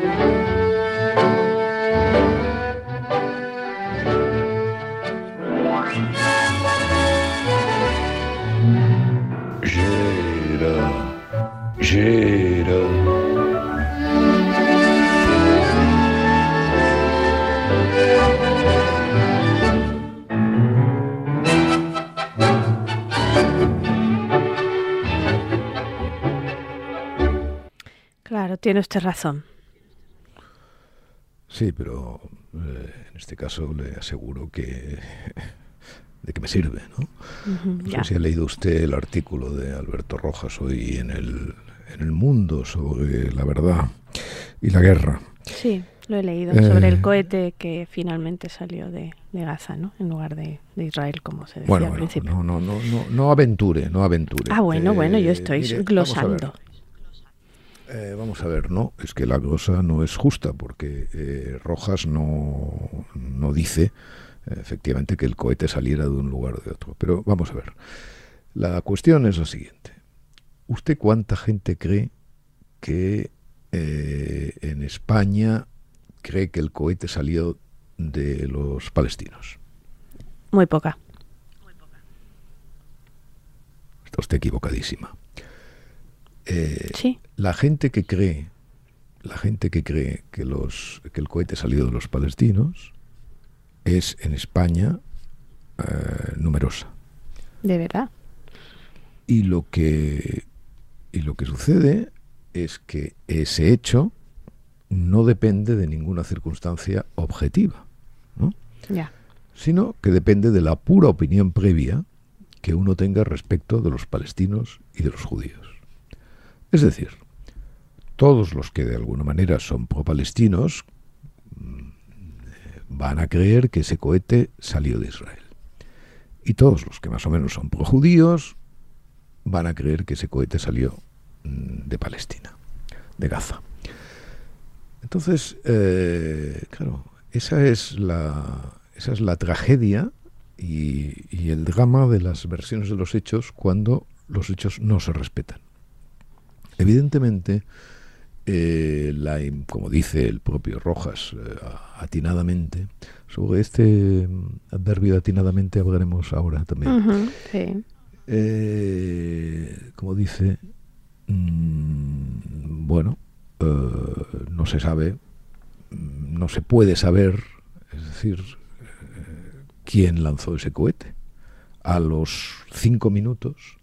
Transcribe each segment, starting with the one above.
Claro, tiene usted razón. Sí, pero en este caso le aseguro que de que me sirve, ¿no? No sé si ha leído usted el artículo de Alberto Rojas hoy en el Mundo sobre la verdad y la guerra. Sí, lo he leído, sobre el cohete que finalmente salió de Gaza, ¿no? En lugar de Israel, como se decía al principio. No aventure. Ah, bueno, yo estoy glosando. Vamos a ver, no, es que la glosa no es justa, porque Rojas no dice efectivamente que el cohete saliera de un lugar o de otro. Pero vamos a ver, la cuestión es la siguiente. ¿Usted cuánta gente cree que en España cree que el cohete salió de los palestinos? Muy poca. Está usted equivocadísima. Sí. La gente que cree que el cohete salió de los palestinos es en España numerosa. ¿De verdad? Y lo que sucede es que ese hecho no depende de ninguna circunstancia objetiva, ¿no? Ya. Sino que depende de la pura opinión previa que uno tenga respecto de los palestinos y de los judíos. Es decir, todos los que de alguna manera son pro-palestinos van a creer que ese cohete salió de Israel. Y todos los que más o menos son pro-judíos van a creer que ese cohete salió de Palestina, de Gaza. Entonces, claro, esa es la tragedia y el drama de las versiones de los hechos cuando los hechos no se respetan. Evidentemente, como dice el propio Rojas atinadamente, sobre este adverbio atinadamente hablaremos ahora también. Sí. Como dice, no se sabe, no se puede saber, es decir, quién lanzó ese cohete. A los 5 minutos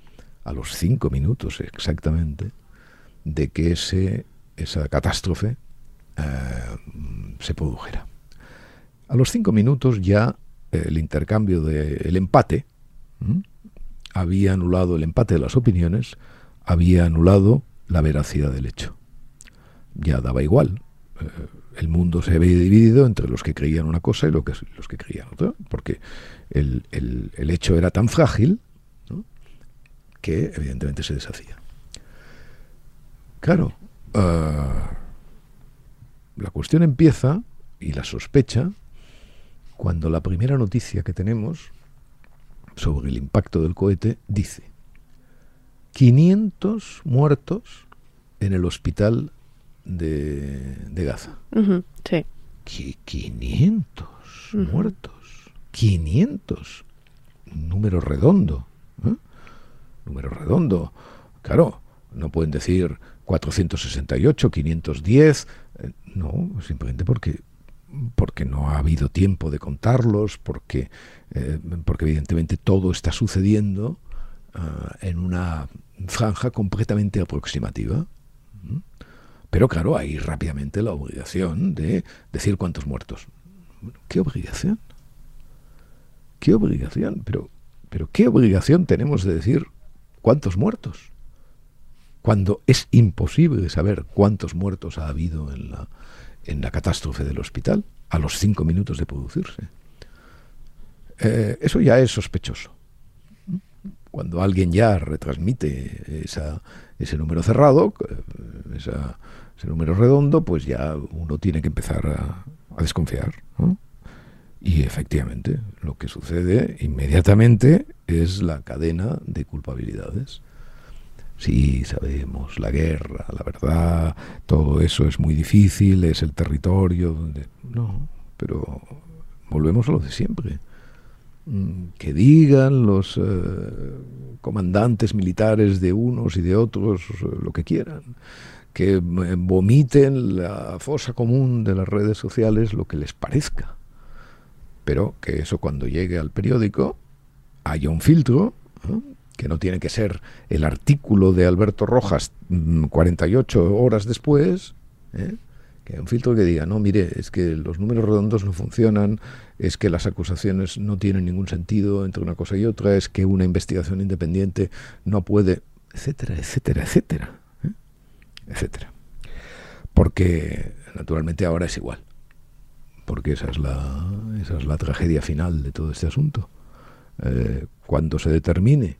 exactamente de que esa catástrofe se produjera. A los 5 minutos ya el intercambio el empate había anulado el empate de las opiniones, había anulado la veracidad del hecho. Ya daba igual. El mundo se había dividido entre los que creían una cosa y los que creían otra, porque el hecho era tan frágil, ¿no?, que evidentemente se deshacía. Claro, la cuestión empieza, y la sospecha, cuando la primera noticia que tenemos sobre el impacto del cohete dice 500 muertos en el hospital de Gaza. Sí. 500 muertos. 500. Número redondo. Número redondo. Claro, no pueden decir 468, 510. No, simplemente porque no ha habido tiempo de contarlos, porque evidentemente todo está sucediendo en una franja completamente aproximativa. Pero claro, hay rápidamente la obligación de decir cuántos muertos. ¿Qué obligación? ¿Qué obligación? Pero ¿qué obligación tenemos de decir cuántos muertos? Cuando es imposible saber cuántos muertos ha habido en la catástrofe del hospital a los 5 minutos de producirse. Eso ya es sospechoso. Cuando alguien ya retransmite ese número cerrado, ese número redondo, pues ya uno tiene que empezar a desconfiar, ¿no? Y efectivamente, lo que sucede inmediatamente es la cadena de culpabilidades. Sí, sabemos, la guerra, la verdad, todo eso es muy difícil, es el territorio donde... No, pero volvemos a lo de siempre. Que digan los comandantes militares de unos y de otros lo que quieran, que vomiten la fosa común de las redes sociales lo que les parezca, pero que eso cuando llegue al periódico haya un filtro, ¿no? Que no tiene que ser el artículo de Alberto Rojas 48 horas después, que hay un filtro que diga, no, mire, es que los números redondos no funcionan, es que las acusaciones no tienen ningún sentido entre una cosa y otra, es que una investigación independiente no puede, etcétera, etcétera, etcétera, etcétera. Porque naturalmente ahora es igual, porque esa es la tragedia final de todo este asunto. Cuando se determine,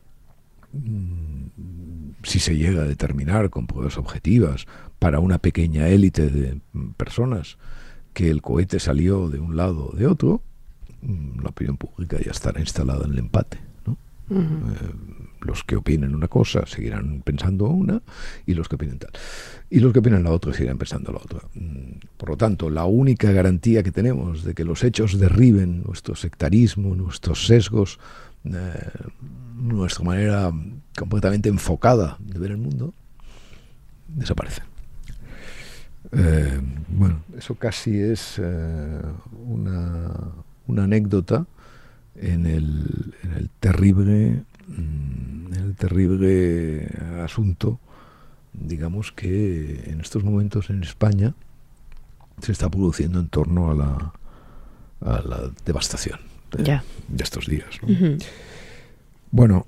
si se llega a determinar con pruebas objetivas para una pequeña élite de personas que el cohete salió de un lado o de otro, la opinión pública ya estará instalada en el empate, ¿no? Los que opinen una cosa seguirán pensando una, y los que opinen tal, y los que opinen la otra seguirán pensando la otra. Por lo tanto, la única garantía que tenemos de que los hechos derriben nuestro sectarismo, nuestros sesgos, nuestra manera completamente enfocada de ver el mundo, desaparece. Bueno, eso casi es una anécdota en el terrible asunto, digamos, que en estos momentos en España se está produciendo en torno a la devastación de estos días, ¿no? Bueno,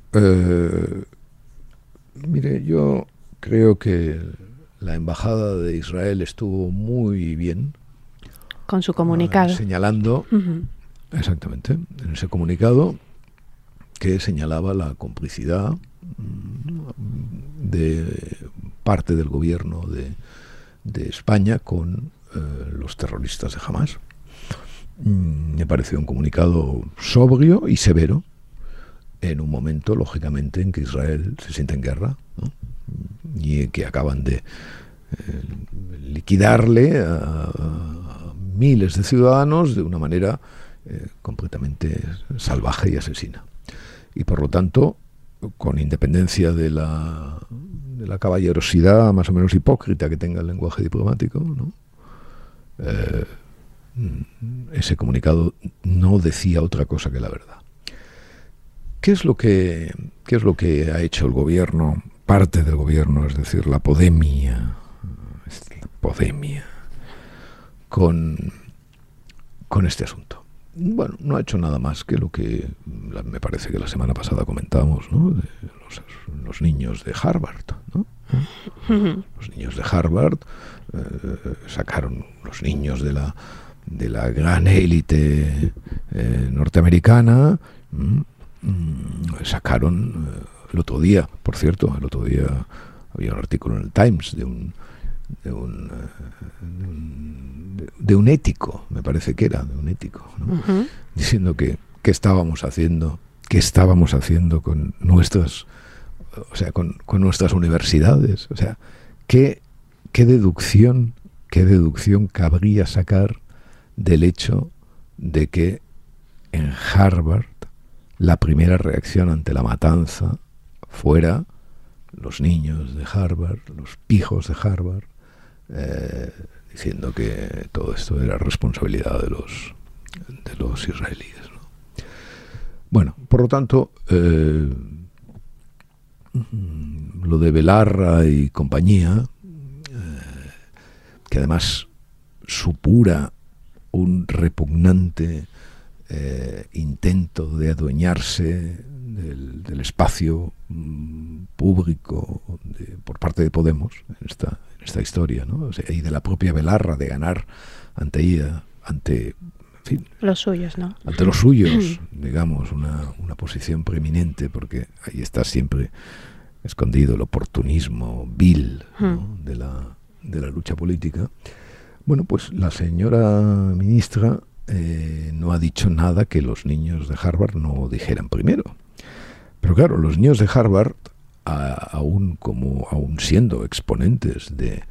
mire, yo creo que la embajada de Israel estuvo muy bien con su comunicado, señalando exactamente en ese comunicado que señalaba la complicidad de parte del gobierno de España con los terroristas de Hamás. Me pareció un comunicado sobrio y severo en un momento, lógicamente, en que Israel se siente en guerra, ¿no? Y que acaban de liquidarle a miles de ciudadanos de una manera completamente salvaje y asesina. Y por lo tanto, con independencia de la caballerosidad más o menos hipócrita que tenga el lenguaje diplomático, ¿no? Ese comunicado no decía otra cosa que la verdad. ¿Qué es lo que ha hecho el gobierno, parte del gobierno, es decir, la Podemia, con este asunto? Bueno, no ha hecho nada más que lo que me parece que la semana pasada comentábamos, ¿no? De los niños de Harvard, ¿no? Los niños de Harvard sacaron los niños de la gran élite norteamericana. Sacaron el otro día, por cierto, había un artículo en el Times de un ético, me parece que era de un ético, ¿no? Diciendo que qué estábamos haciendo con nuestras, o sea, con nuestras universidades, o sea, qué deducción cabría sacar del hecho de que en Harvard la primera reacción ante la matanza fuera los niños de Harvard, los pijos de Harvard, diciendo que todo esto era responsabilidad de los israelíes, ¿no? Bueno, por lo tanto, lo de Belarra y compañía, que además supura un repugnante intento de adueñarse del espacio público por parte de Podemos en esta historia, ¿no? O sea, y de la propia Belarra de ganar ante ella, en fin, los suyos, ¿no? Ante los suyos, digamos, una posición preeminente, porque ahí está siempre escondido el oportunismo vil, ¿no? de la lucha política. Bueno, pues la señora ministra no ha dicho nada que los niños de Harvard no dijeran primero. Pero claro, los niños de Harvard aún siendo exponentes del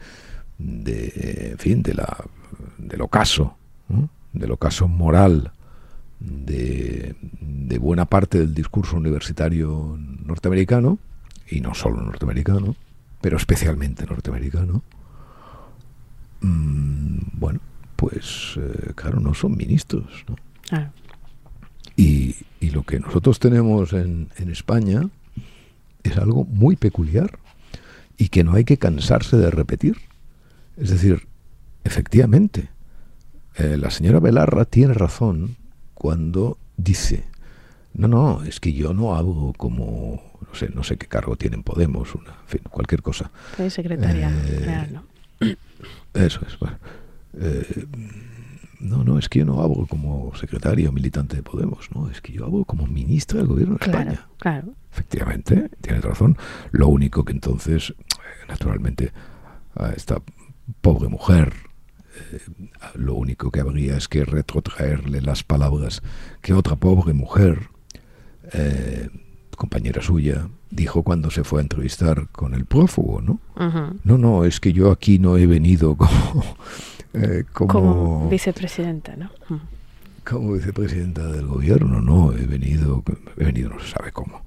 ocaso, ¿no? Del ocaso moral de buena parte del discurso universitario norteamericano, y no solo norteamericano, pero especialmente norteamericano, bueno, pues claro, no son ministros, ¿no? Ah. Y lo que nosotros tenemos en España es algo muy peculiar y que no hay que cansarse de repetir. Es decir, efectivamente, la señora Belarra tiene razón cuando dice: no, es que yo no hablo como, no sé qué cargo tiene en Podemos, en fin, cualquier cosa. Es secretaria general, ¿no? Eso es, bueno. No, es que yo no hablo como secretaria o militante de Podemos, no, es que yo hablo como ministra del gobierno de España. Claro. Efectivamente, tienes razón. Lo único que entonces, naturalmente, a esta pobre mujer, lo único que habría es que retrotraerle las palabras que otra pobre mujer, compañera suya, dijo cuando se fue a entrevistar con el prófugo, ¿no? Uh-huh. No, es que yo aquí no he venido como vicepresidenta, ¿no? Uh-huh. Como vicepresidenta del gobierno, no, he venido no se sabe cómo.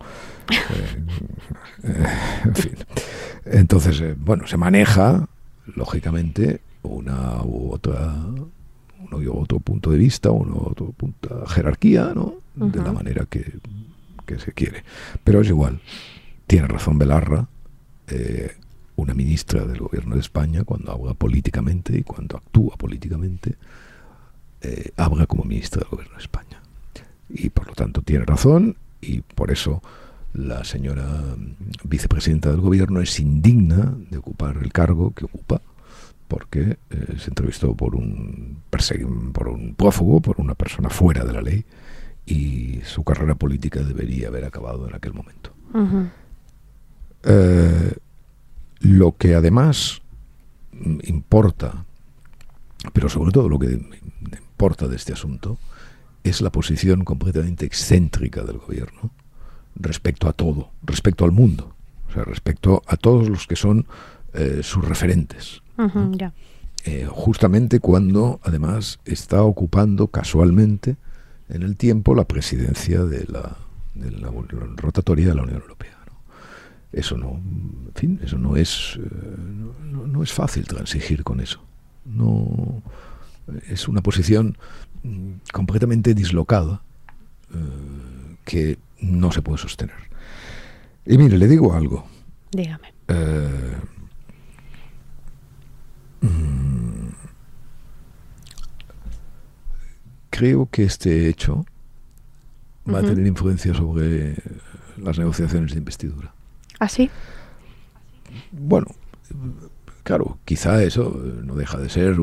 En fin. Entonces, bueno, se maneja, lógicamente, uno u otro punto de vista, jerarquía, ¿no? Uh-huh. De la manera que se quiere. Pero es igual. Tiene razón Belarra, una ministra del gobierno de España, cuando habla políticamente y cuando actúa políticamente, habla como ministra del gobierno de España. Y por lo tanto tiene razón, y por eso la señora vicepresidenta del gobierno es indigna de ocupar el cargo que ocupa, porque se entrevistó por un prófugo, por una persona fuera de la ley, y su carrera política debería haber acabado en aquel momento. Uh-huh. Lo que además importa, pero sobre todo lo que importa de este asunto, es la posición completamente excéntrica del gobierno respecto a todo, respecto al mundo, o sea, respecto a todos los que son sus referentes. Uh-huh, yeah. Justamente cuando además está ocupando casualmente en el tiempo la presidencia de la rotatoria de la Unión Europea, ¿no? Eso no, en fin, eso no es fácil transigir con eso. No, es una posición completamente dislocada que no se puede sostener. Y mire, le digo algo. Dígame. Creo que este hecho va a tener influencia sobre las negociaciones de investidura. ¿Ah, sí? Bueno, claro, quizá eso no deja de ser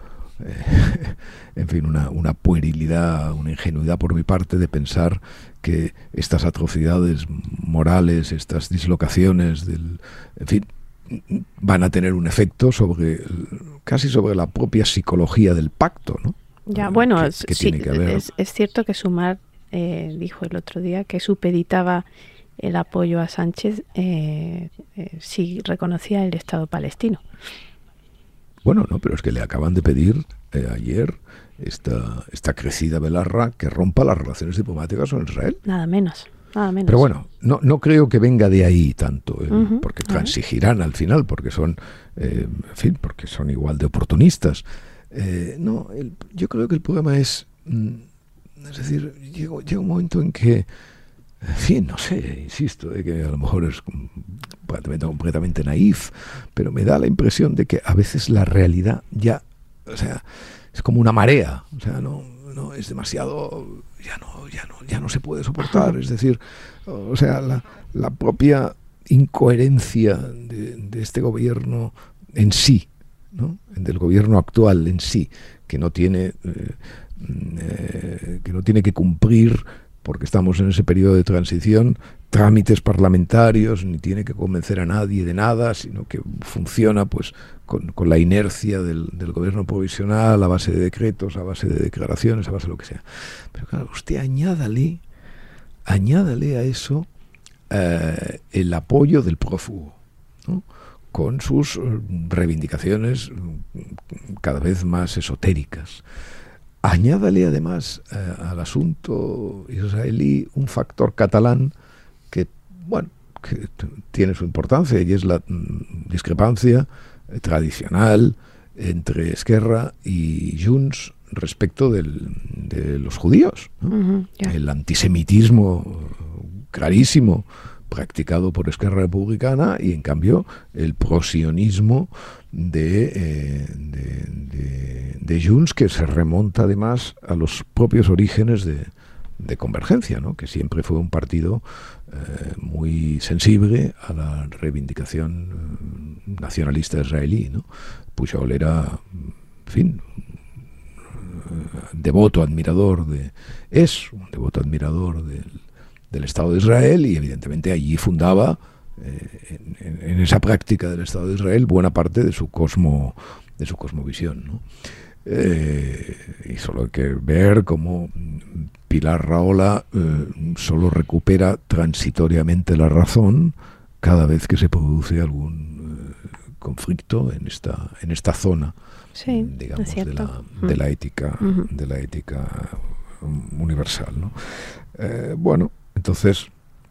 en fin, una puerilidad, una ingenuidad por mi parte de pensar que estas atrocidades morales, estas dislocaciones en fin, van a tener un efecto casi sobre la propia psicología del pacto, ¿no? Ya, bueno, que tiene que haber. Es cierto que Sumar dijo el otro día que supeditaba el apoyo a Sánchez si reconocía el Estado palestino. Bueno, no, pero es que le acaban de pedir ayer esta crecida Belarra que rompa las relaciones diplomáticas con Israel. Nada menos. Pero bueno, no creo que venga de ahí tanto, porque transigirán al final, porque son, en fin, porque son igual de oportunistas. Yo creo que el problema es decir, llega un momento en que, en fin, no sé, insisto, que a lo mejor es completamente naif, pero me da la impresión de que a veces la realidad ya, o sea, es como una marea, o sea, no es demasiado, ya no se puede soportar, es decir, o sea, la propia incoherencia de este gobierno en sí, ¿no? Del gobierno actual en sí, que no tiene que cumplir, porque estamos en ese periodo de transición, trámites parlamentarios, ni tiene que convencer a nadie de nada, sino que funciona pues con la inercia del gobierno provisional, a base de decretos, a base de declaraciones, a base de lo que sea. Pero claro, usted añádale a eso el apoyo del prófugo, ¿no? Con sus reivindicaciones cada vez más esotéricas. Añádale además al asunto israelí un factor catalán que, bueno, que tiene su importancia, y es la discrepancia tradicional entre Esquerra y Junts respecto de los judíos, ¿no? El antisemitismo clarísimo practicado por Esquerra Republicana, y en cambio el prosionismo de Junts, que se remonta además a los propios orígenes de Convergencia, ¿no? Que siempre fue un partido muy sensible a la reivindicación nacionalista israelí, ¿no? Pujol era, en fin, un devoto admirador del Estado de Israel, y evidentemente allí fundaba en esa práctica del Estado de Israel buena parte de su cosmovisión, ¿no? Y solo hay que ver cómo Pilar Rahola solo recupera transitoriamente la razón cada vez que se produce algún conflicto en esta zona, sí, digamos, de la ética universal, ¿no? Bueno, entonces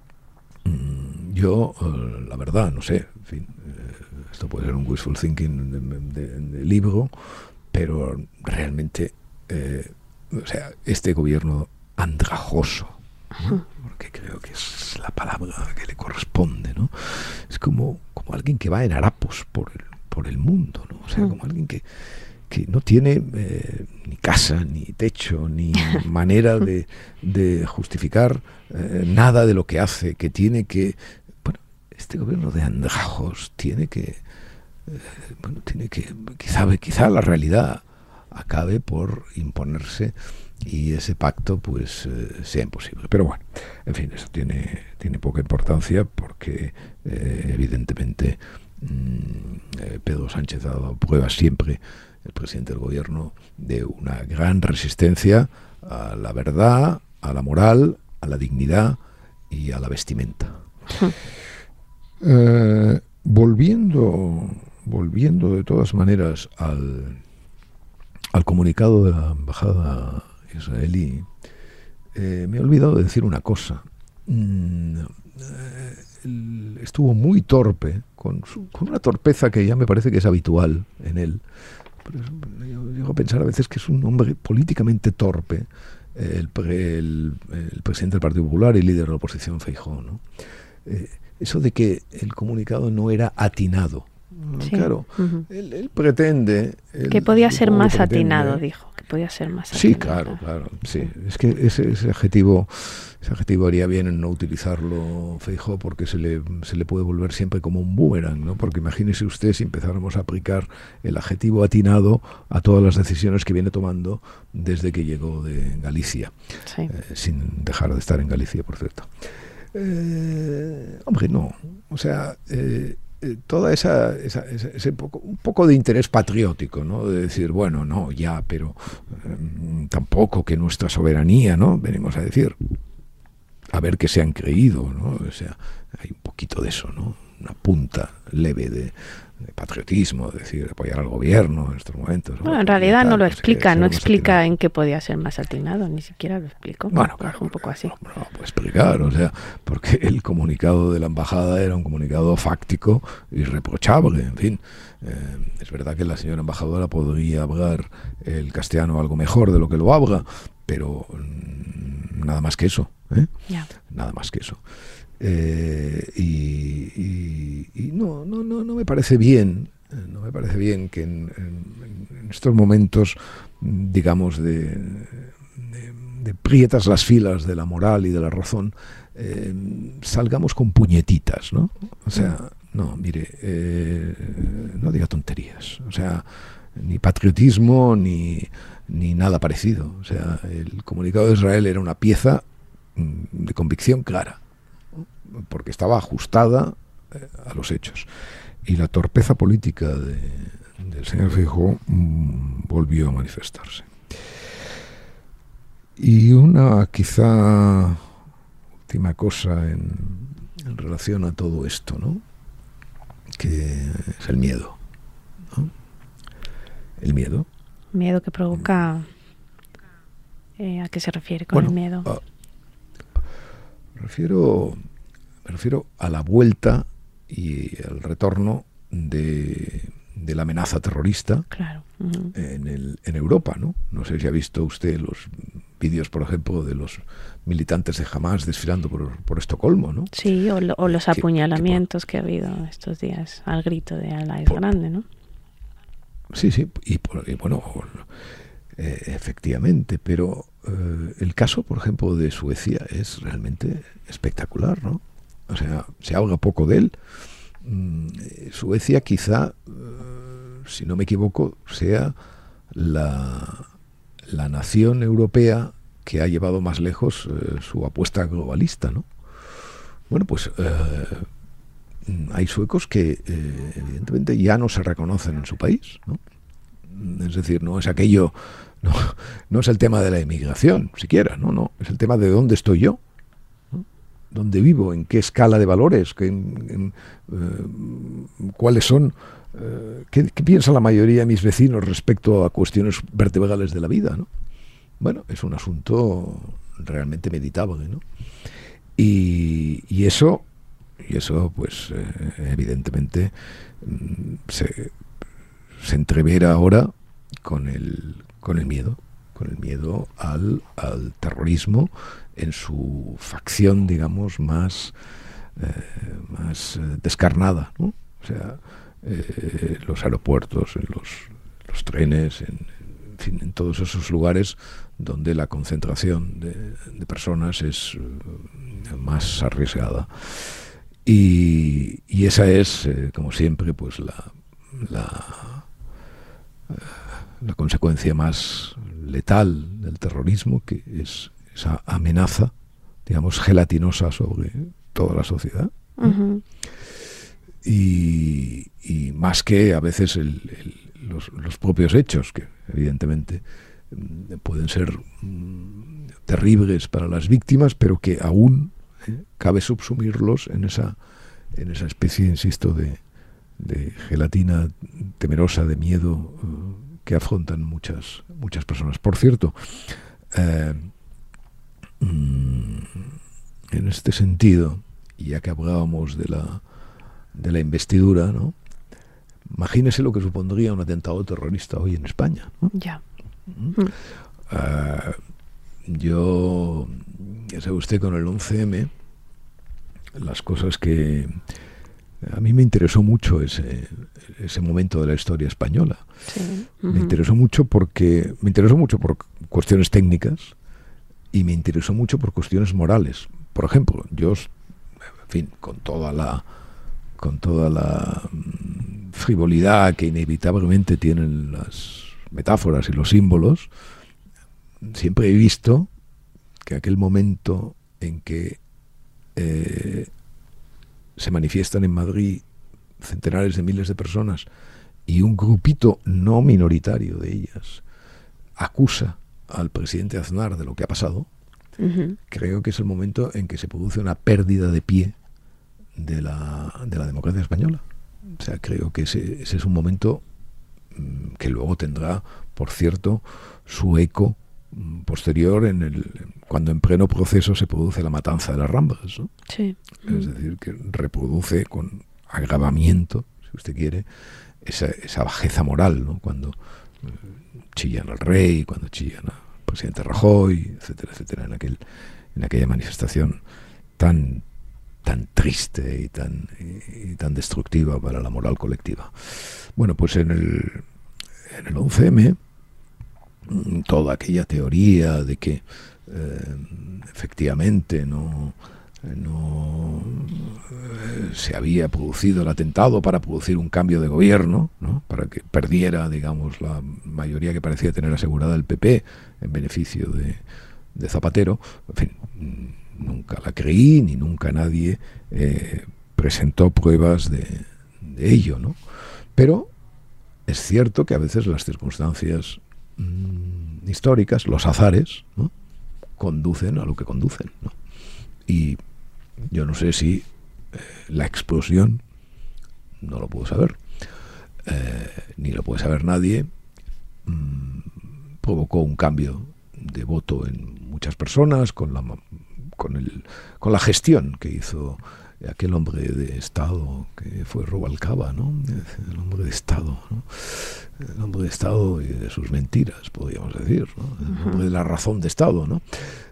yo, la verdad, no sé, en fin, esto puede ser un wishful thinking de libro, pero realmente, o sea, este gobierno andrajoso, ¿no? Porque creo que es la palabra que le corresponde, ¿no? Es como alguien que va en harapos por el mundo, ¿no? O sea, como alguien que no tiene ni casa, ni techo, ni manera de justificar nada de lo que hace, que tiene que... Bueno, este gobierno de andrajos tiene que quizá la realidad acabe por imponerse y ese pacto pues sea imposible. Pero bueno, en fin, eso tiene poca importancia, porque evidentemente Pedro Sánchez ha dado pruebas siempre, el presidente del gobierno, de una gran resistencia a la verdad, a la moral, a la dignidad y a la vestimenta. Volviendo de todas maneras al comunicado de la embajada israelí, me he olvidado de decir una cosa. Estuvo muy torpe, con una torpeza que ya me parece que es habitual en él. Yo llego a pensar a veces que es un hombre políticamente torpe, el presidente del Partido Popular y líder de la oposición, Feijóo, ¿no? Eso de que el comunicado no era atinado. Sí. Claro, él pretende... Que podía ser más atinado, dijo. Que podía ser más atinado. Sí, claro. Sí. Es que ese adjetivo haría bien en no utilizarlo, Feijóo, porque se le puede volver siempre como un boomerang, ¿no? Porque imagínese usted si empezáramos a aplicar el adjetivo atinado a todas las decisiones que viene tomando desde que llegó de Galicia. Sí. Sin dejar de estar en Galicia, por cierto. Hombre, no. O sea... toda ese un poco de interés patriótico, ¿no? De decir, bueno, no, ya, pero tampoco que nuestra soberanía, ¿no? Venimos a decir, a ver qué se han creído, ¿no? O sea, hay un poquito de eso, ¿no? Una punta leve de patriotismo, es decir, apoyar al gobierno en estos momentos. Bueno, en realidad no lo explica, no explica en qué podía ser más atinado, ni siquiera lo explicó. Bueno, claro, un poco así. No puede explicar, o sea, porque el comunicado de la embajada era un comunicado fáctico, irreprochable, en fin. Es verdad que la señora embajadora podría hablar el castellano algo mejor de lo que lo habla, pero nada más que eso, ¿eh? Yeah. Nada más que eso. Y no me parece bien, que en estos momentos, digamos, de prietas las filas de la moral y de la razón, salgamos con puñetitas, ¿no? O sea, no, mire, no diga tonterías, o sea, ni patriotismo ni nada parecido. O sea, el comunicado de Israel era una pieza de convicción clara, porque estaba ajustada a los hechos, y la torpeza política del señor Feijóo volvió a manifestarse. Y una quizá última cosa en en relación a todo esto, ¿no? Que es el miedo, ¿no? El miedo. Miedo que provoca... ¿a qué se refiere con el miedo? Me refiero a la vuelta y al retorno de la amenaza terrorista, claro. en Europa, ¿no? No sé si ha visto usted los vídeos, por ejemplo, de los militantes de Hamás desfilando por Estocolmo, ¿no? Sí, o los apuñalamientos que ha habido estos días al grito de Alá es grande, ¿no? Sí, y bueno, efectivamente, pero el caso, por ejemplo, de Suecia es realmente espectacular, ¿no? O sea, se habla poco de él. Suecia quizá, si no me equivoco, sea la nación europea que ha llevado más lejos su apuesta globalista, ¿no? Bueno, pues hay suecos que evidentemente ya no se reconocen en su país, ¿no? Es decir, no es aquello, no es el tema de la inmigración, siquiera, no, es el tema de dónde estoy yo, ¿no? ¿Dónde vivo? ¿En qué escala de valores? ¿Cuáles son? ¿Qué piensa la mayoría de mis vecinos respecto a cuestiones vertebrales de la vida, ¿no? Bueno, es un asunto realmente meditable, ¿no? Y eso pues evidentemente se entrevera ahora con el miedo al terrorismo en su facción, digamos, más descarnada, ¿no? O sea, los aeropuertos, en los trenes, en fin, en todos esos lugares donde la concentración de personas es más arriesgada. Y esa es, como siempre, pues la consecuencia más letal del terrorismo, que es esa amenaza, digamos, gelatinosa sobre toda la sociedad. Uh-huh. Y más que a veces los propios hechos, que evidentemente pueden ser terribles para las víctimas, pero que aún cabe subsumirlos en esa especie, insisto, de gelatina temerosa, de miedo, que afrontan muchas personas. Por cierto, en este sentido, ya que hablábamos de la investidura, ¿no? Imagínese lo que supondría un atentado terrorista hoy en España, ¿no? Ya. Yo, ya sabe usted, con el 11M, las cosas que a mí me interesó mucho ese momento de la historia española. Sí. Uh-huh. Me interesó mucho por cuestiones técnicas y me interesó mucho por cuestiones morales. Por ejemplo, yo, en fin, con toda la frivolidad que inevitablemente tienen las metáforas y los símbolos, siempre he visto que aquel momento en que se manifiestan en Madrid centenares de miles de personas y un grupito no minoritario de ellas acusa al presidente Aznar de lo que ha pasado, uh-huh, creo que es el momento en que se produce una pérdida de pie de la democracia española. O sea, creo que ese es un momento que luego tendrá, por cierto, su eco posterior cuando en pleno proceso se produce la matanza de las Ramblas, ¿no? sí. Es decir, que reproduce con agravamiento, si usted quiere, esa bajeza moral, ¿no? Cuando chillan al rey, cuando chillan al presidente Rajoy, etcétera, etcétera, en aquella manifestación tan triste y tan destructiva para la moral colectiva. Bueno, pues en el 11M, toda aquella teoría de que efectivamente no se había producido el atentado para producir un cambio de gobierno, ¿no? Para que perdiera, digamos, la mayoría que parecía tener asegurada el PP en beneficio de Zapatero. En fin, nunca la creí, ni nunca nadie presentó pruebas de ello, ¿no? Pero es cierto que a veces las circunstancias históricas, los azares, ¿no?, conducen a lo que conducen, ¿no? Y yo no sé si la explosión no lo pudo saber, ni lo puede saber nadie. Provocó un cambio de voto en muchas personas con la gestión que hizo aquel hombre de Estado que fue Rubalcaba, ¿no? El hombre de Estado, ¿no? El hombre de Estado y de sus mentiras, podríamos decir, ¿no? El hombre de la razón de Estado, ¿no?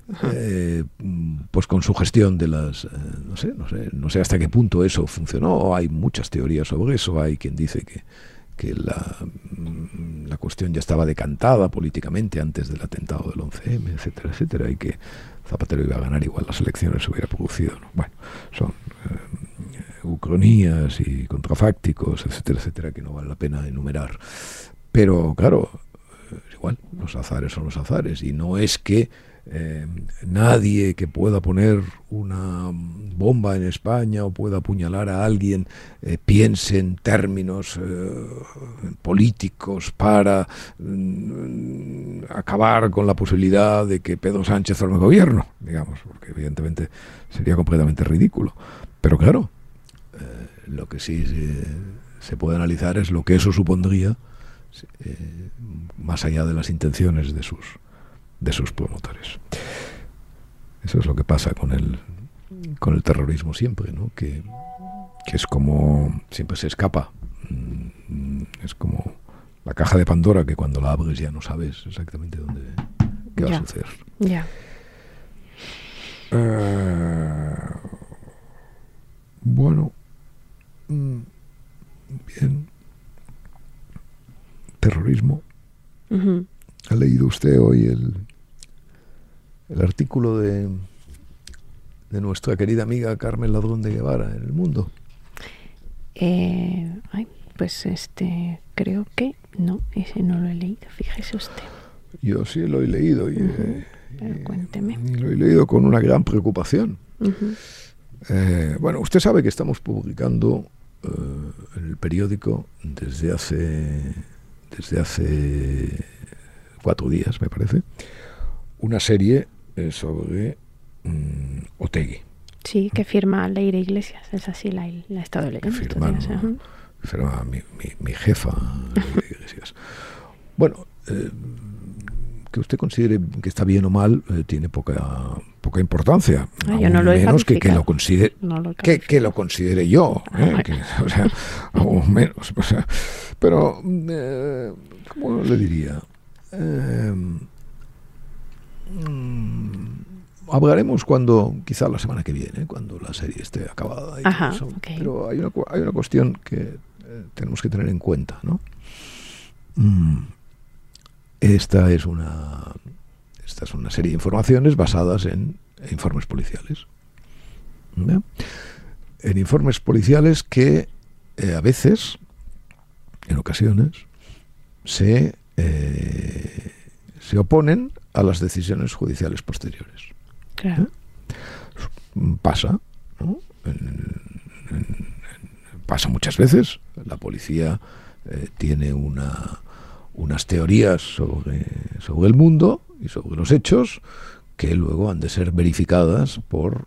Pues con su gestión de las... no sé hasta qué punto eso funcionó. Hay muchas teorías sobre eso. Hay quien dice que la cuestión ya estaba decantada políticamente antes del atentado del 11M, etcétera, etcétera, y que Zapatero iba a ganar igual las elecciones se hubiera producido, ¿no? Bueno, son ucronías y contrafácticos, etcétera, etcétera, que no vale la pena enumerar. Pero claro, igual, los azares son los azares, y no es que nadie que pueda poner una bomba en España o pueda apuñalar a alguien piense en términos políticos para acabar con la posibilidad de que Pedro Sánchez forme gobierno, digamos, porque evidentemente sería completamente ridículo. Pero claro, lo que sí se puede analizar es lo que eso supondría más allá de las intenciones de sus promotores. Eso es lo que pasa con el terrorismo siempre, ¿no? Que es como siempre se escapa. Es como la caja de Pandora, que cuando la abres ya no sabes exactamente qué va a suceder. Ya. Bueno, bien. Terrorismo. Uh-huh. ¿Ha leído usted hoy el artículo de nuestra querida amiga Carmen Ladrón de Guevara en El Mundo? Pues creo que no, ese no lo he leído, fíjese usted. Yo sí lo he leído Pero cuénteme. Y lo he leído con una gran preocupación. Uh-huh. Bueno, usted sabe que estamos publicando en el periódico desde hace 4 días, me parece, una serie sobre Otegi. Sí, que firma Leire Iglesias, es así, la he estado leyendo. Firma mi jefa, Leire Iglesias. Bueno, que usted considere que está bien o mal tiene poca importancia. Yo no lo he menos que calificado. lo considere, que lo considere yo, o sea, aún menos. O sea, pero, ¿cómo le diría? Hablaremos quizá la semana que viene, cuando la serie esté acabada. Y ajá, eso. Okay. Pero hay una cuestión que tenemos que tener en cuenta, ¿no? Esta es una serie de informaciones basadas en informes policiales. ¿No? En informes policiales que a veces, en ocasiones, se oponen a las decisiones judiciales posteriores. Claro. Pasa, ¿no? Pasa muchas veces. La policía tiene unas teorías sobre el mundo y sobre los hechos que luego han de ser verificadas por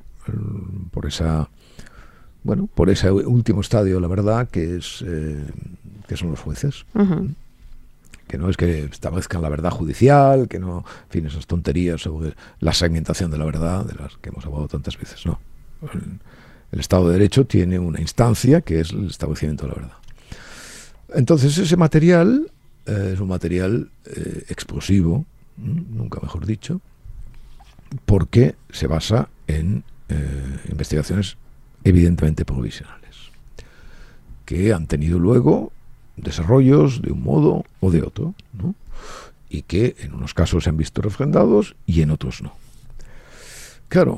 ese último estadio, la verdad, que son los jueces. Uh-huh. Que no es que establezcan la verdad judicial, que no, en fin, esas tonterías sobre la segmentación de la verdad, de las que hemos hablado tantas veces, no. El Estado de Derecho tiene una instancia que es el establecimiento de la verdad. Entonces ese material es un material explosivo, nunca mejor dicho, porque se basa en investigaciones evidentemente provisionales, que han tenido luego desarrollos de un modo o de otro, ¿no? Y que en unos casos se han visto refrendados y en otros no. Claro,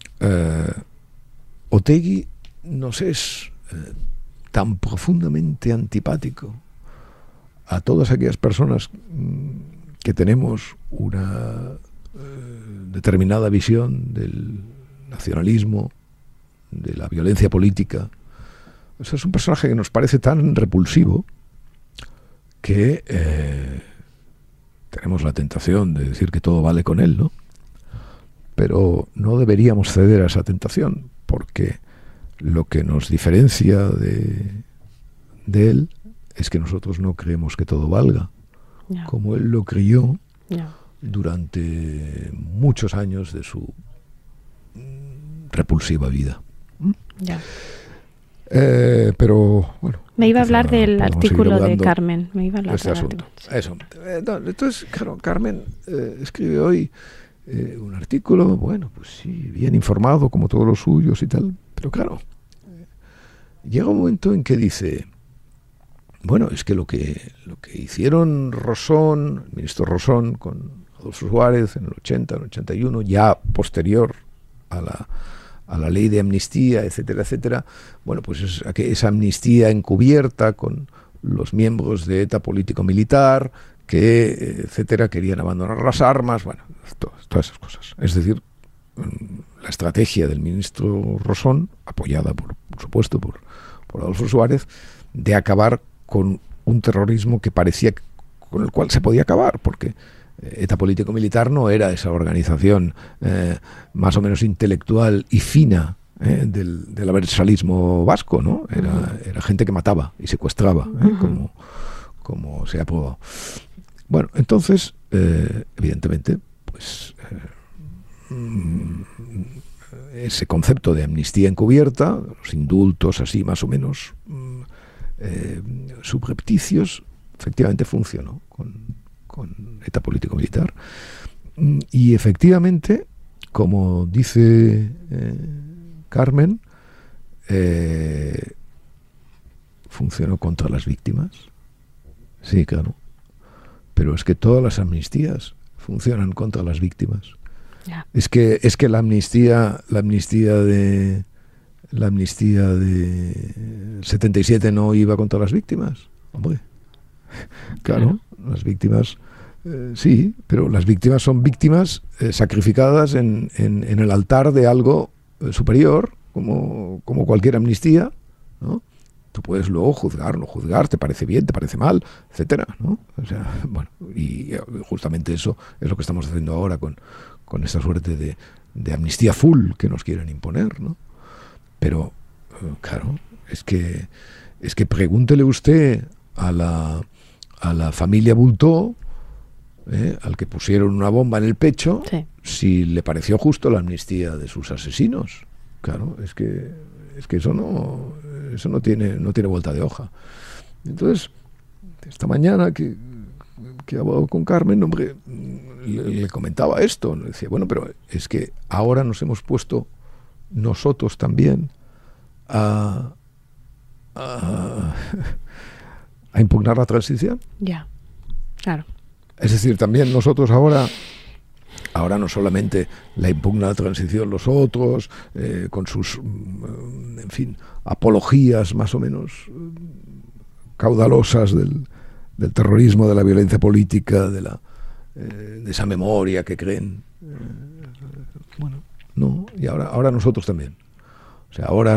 Otegi nos es tan profundamente antipático a todas aquellas personas que tenemos una determinada visión del nacionalismo, de la violencia política. O sea, es un personaje que nos parece tan repulsivo que tenemos la tentación de decir que todo vale con él, ¿no? Pero no deberíamos ceder a esa tentación, porque lo que nos diferencia de él es que nosotros no creemos que todo valga, como él lo creyó durante muchos años de su repulsiva vida. Pero bueno, me iba a hablar del artículo de Carmen. Me iba a hablar de este asunto. Eso. Entonces, claro, Carmen escribe hoy un artículo, bueno, pues sí, bien informado como todos los suyos y tal, pero claro, llega un momento en que dice, bueno, es que lo que hicieron Rosón, el ministro Rosón, con Adolfo Suárez en el 80, en el 81, ya posterior a la ley de amnistía, etcétera, etcétera, bueno, pues es esa amnistía encubierta con los miembros de ETA político-militar que, etcétera, querían abandonar las armas, bueno, todas esas cosas. Es decir, la estrategia del ministro Rosón, apoyada, por supuesto, por Adolfo Suárez, de acabar con un terrorismo que parecía con el cual se podía acabar, porque ETA político-militar no era esa organización más o menos intelectual y fina del aversalismo vasco, ¿no? Era gente que mataba y secuestraba, como se ha probado. Bueno, entonces, evidentemente, pues ese concepto de amnistía encubierta, los indultos así más o menos subrepticios, efectivamente funcionó con ETA político-militar. Y efectivamente, como dice Carmen, funcionó contra las víctimas. Sí, claro. Pero es que todas las amnistías funcionan contra las víctimas. Yeah. Es que la amnistía de 77 no iba contra las víctimas. Hombre, claro, las víctimas sí, pero las víctimas son víctimas sacrificadas en el altar de algo superior, como cualquier amnistía, ¿no? Tú puedes luego juzgar, no juzgar, te parece bien, te parece mal, etcétera, ¿no? O sea, bueno, y justamente eso es lo que estamos haciendo ahora con esta suerte de amnistía full que nos quieren imponer, ¿no? Pero, claro, es que pregúntele usted a la familia Bultó, al que pusieron una bomba en el pecho, sí, si le pareció justo la amnistía de sus asesinos. Claro, es que eso no tiene vuelta de hoja. Entonces, esta mañana que he hablado con Carmen, hombre, le comentaba esto, le decía, bueno, pero es que ahora nos hemos puesto nosotros también a impugnar la transición. Ya, claro. Es decir, también nosotros ahora no solamente la impugna la transición los otros, con sus, en fin, apologías más o menos caudalosas del terrorismo, de la violencia política, de esa memoria que creen. Bueno, no, y ahora nosotros también. O sea, ahora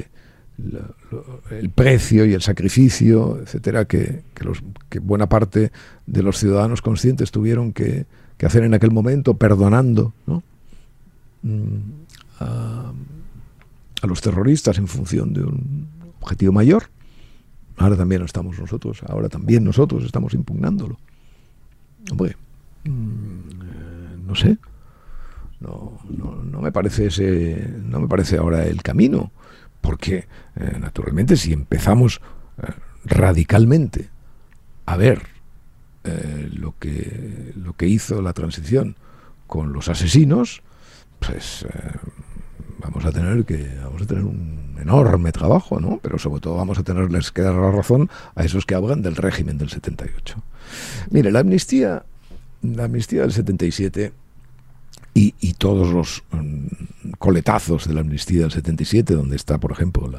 el precio y el sacrificio, etcétera, que buena parte de los ciudadanos conscientes tuvieron que hacer en aquel momento, perdonando, ¿no? a los terroristas en función de un objetivo mayor. Ahora también estamos nosotros estamos impugnándolo. Hombre, no sé, no me parece ahora el camino, porque naturalmente si empezamos radicalmente a ver lo que hizo la transición con los asesinos, pues vamos a tener un enorme trabajo, ¿no? Pero sobre todo vamos a tenerles que dar la razón a esos que hablan del régimen del 78. Mire, la amnistía del 77 y todos los coletazos de la amnistía del 77, donde está, por ejemplo,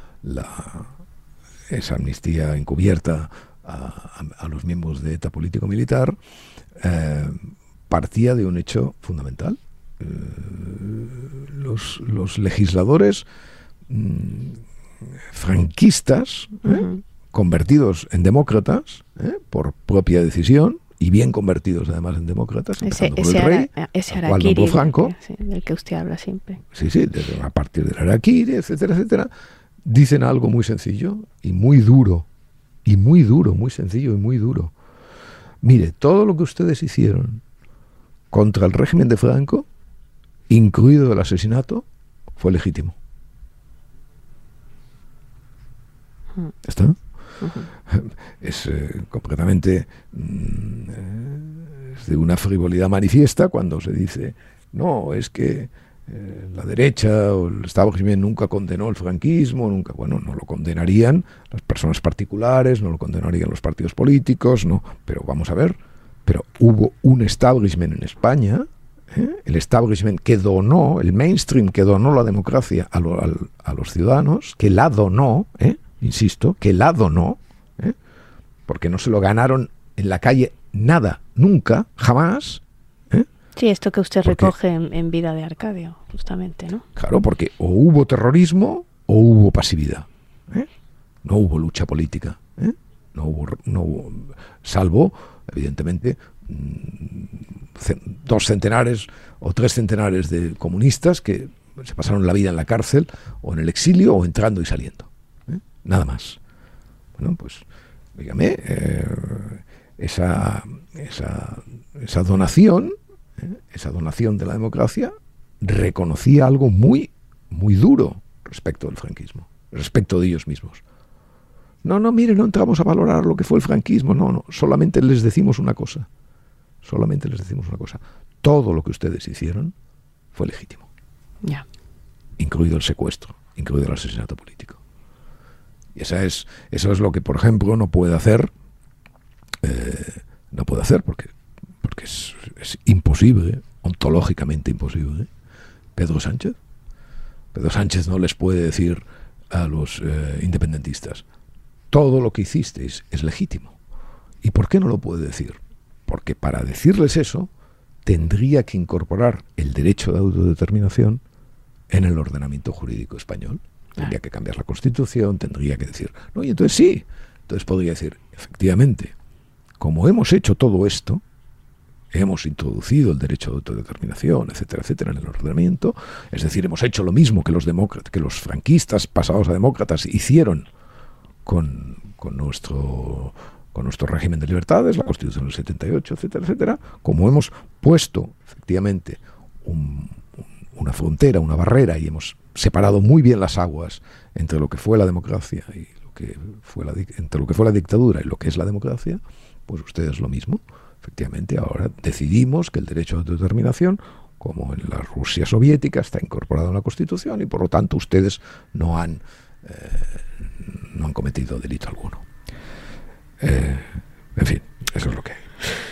esa amnistía encubierta a los miembros de ETA político-militar, partía de un hecho fundamental. Los legisladores franquistas, convertidos en demócratas por propia decisión y bien convertidos además en demócratas, empezando por el rey, ese al cual nombró Franco, del que usted habla siempre. Sí, a partir del harakiri, etcétera, etcétera, dicen algo muy sencillo y muy duro, muy sencillo y muy duro. Mire, todo lo que ustedes hicieron contra el régimen de Franco, incluido el asesinato, fue legítimo. ¿Está? Es completamente es de una frivolidad manifiesta cuando se dice no, es que la derecha o el establishment nunca condenó el franquismo, no lo condenarían las personas particulares, no lo condenarían los partidos políticos, no, pero vamos a ver, pero hubo un establishment en España, el establishment que donó, el mainstream que donó la democracia a los ciudadanos, que la donó, insisto, que la donó, porque no se lo ganaron en la calle nada, nunca, jamás. Sí, esto que usted recoge en Vida de Arcadio, justamente, ¿no? Claro, porque o hubo terrorismo o hubo pasividad. No hubo lucha política. No hubo, salvo, evidentemente, 2 centenares o 3 centenares de comunistas que se pasaron la vida en la cárcel o en el exilio o entrando y saliendo. Nada más. Bueno, pues, dígame, esa donación, esa donación de la democracia reconocía algo muy, muy duro respecto del franquismo, respecto de ellos mismos. No, mire, no entramos a valorar lo que fue el franquismo, no, solamente les decimos una cosa. Todo lo que ustedes hicieron fue legítimo. Ya. Incluido el secuestro, incluido el asesinato político. Y eso es lo que, por ejemplo, no puede hacer porque es imposible, ontológicamente imposible, Pedro Sánchez. Pedro Sánchez no les puede decir a los independentistas, todo lo que hicisteis es legítimo. ¿Y por qué no lo puede decir? Porque para decirles eso, tendría que incorporar el derecho de autodeterminación en el ordenamiento jurídico español. Tendría que cambiar la Constitución, tendría que decir, no, y entonces sí, entonces podría decir, efectivamente, como hemos hecho todo esto, hemos introducido el derecho de autodeterminación, etcétera, etcétera, en el ordenamiento, es decir, hemos hecho lo mismo que los franquistas pasados a demócratas hicieron con nuestro régimen de libertades, la Constitución del 78, etcétera, etcétera, como hemos puesto, efectivamente, una frontera, una barrera, y hemos separado muy bien las aguas entre lo que fue la democracia y entre lo que fue la dictadura y lo que es la democracia, pues ustedes lo mismo. Efectivamente, ahora decidimos que el derecho a autodeterminación, como en la Rusia soviética, está incorporado en la Constitución y por lo tanto ustedes no han cometido delito alguno. En fin, eso es lo que hay.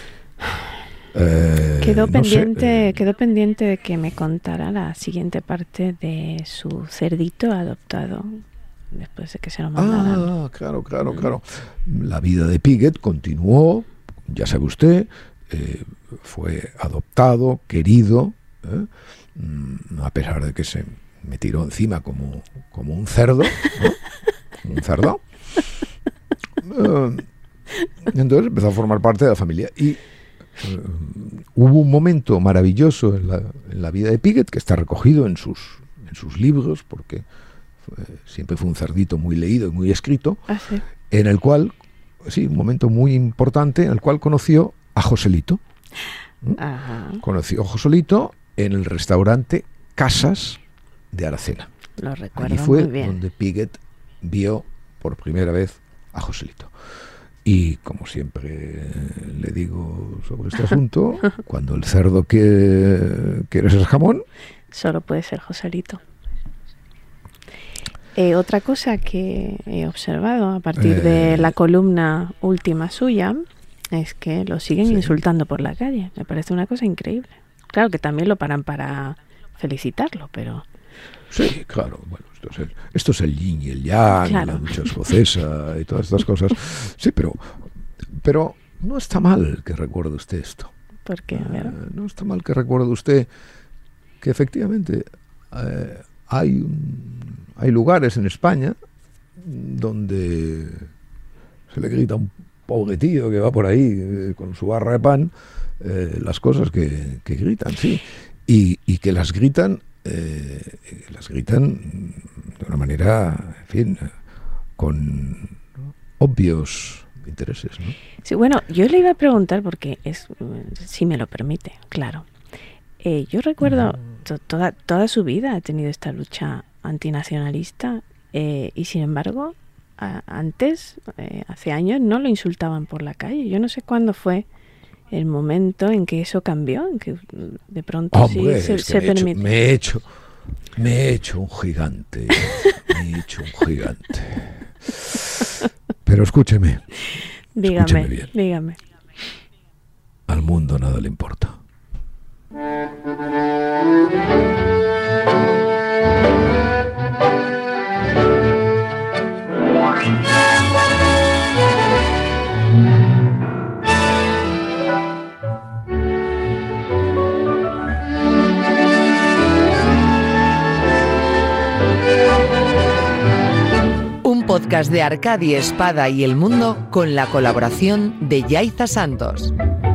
Quedó pendiente de que me contara la siguiente parte de su cerdito adoptado después de que se lo mandaran. Claro. La vida de Piguet continuó, ya sabe usted, fue adoptado, querido, a pesar de que se me tiró encima como un cerdo, ¿no? Un cerdo. Entonces empezó a formar parte de la familia y hubo un momento maravilloso en la vida de Piguet que está recogido en sus libros, porque siempre fue un cerdito muy leído y muy escrito, ¿Sí? En el cual, un momento muy importante, en el cual conoció a Joselito. Ajá. Conoció a Joselito en el restaurante Casas de Aracena. Lo recuerdo. Allí fue muy bien. donde Piguet vio por primera vez a Joselito. Y como siempre le digo sobre este asunto, cuando el cerdo quiere ser jamón, solo puede ser Joselito. Otra cosa que he observado a partir de la columna última suya es que lo siguen insultando por la calle. Me parece una cosa increíble. Claro que también lo paran para felicitarlo, pero... Sí, claro. Bueno, esto es el yin y el yang, claro. La lucha escocesa y todas estas cosas. Sí, pero no está mal que recuerde usted esto. ¿Por qué? No está mal que recuerde usted que efectivamente hay lugares en España donde se le grita un pobre tío que va por ahí con su barra de pan, las cosas que gritan, sí. Y que las gritan de una manera, en fin, con obvios intereses, ¿no? Sí, bueno, yo le iba a preguntar porque si me lo permite, claro. Yo recuerdo toda su vida ha tenido esta lucha antinacionalista y sin embargo antes, hace años, no lo insultaban por la calle. Yo no sé cuándo fue el momento en que eso cambió, en que de pronto hombre, sí se permite. Me he hecho un gigante. Me he hecho un gigante. Pero escúcheme bien. Dígame. Al mundo nada le importa. Un podcast de Arcadi Espada y El Mundo con la colaboración de Yaiza Santos.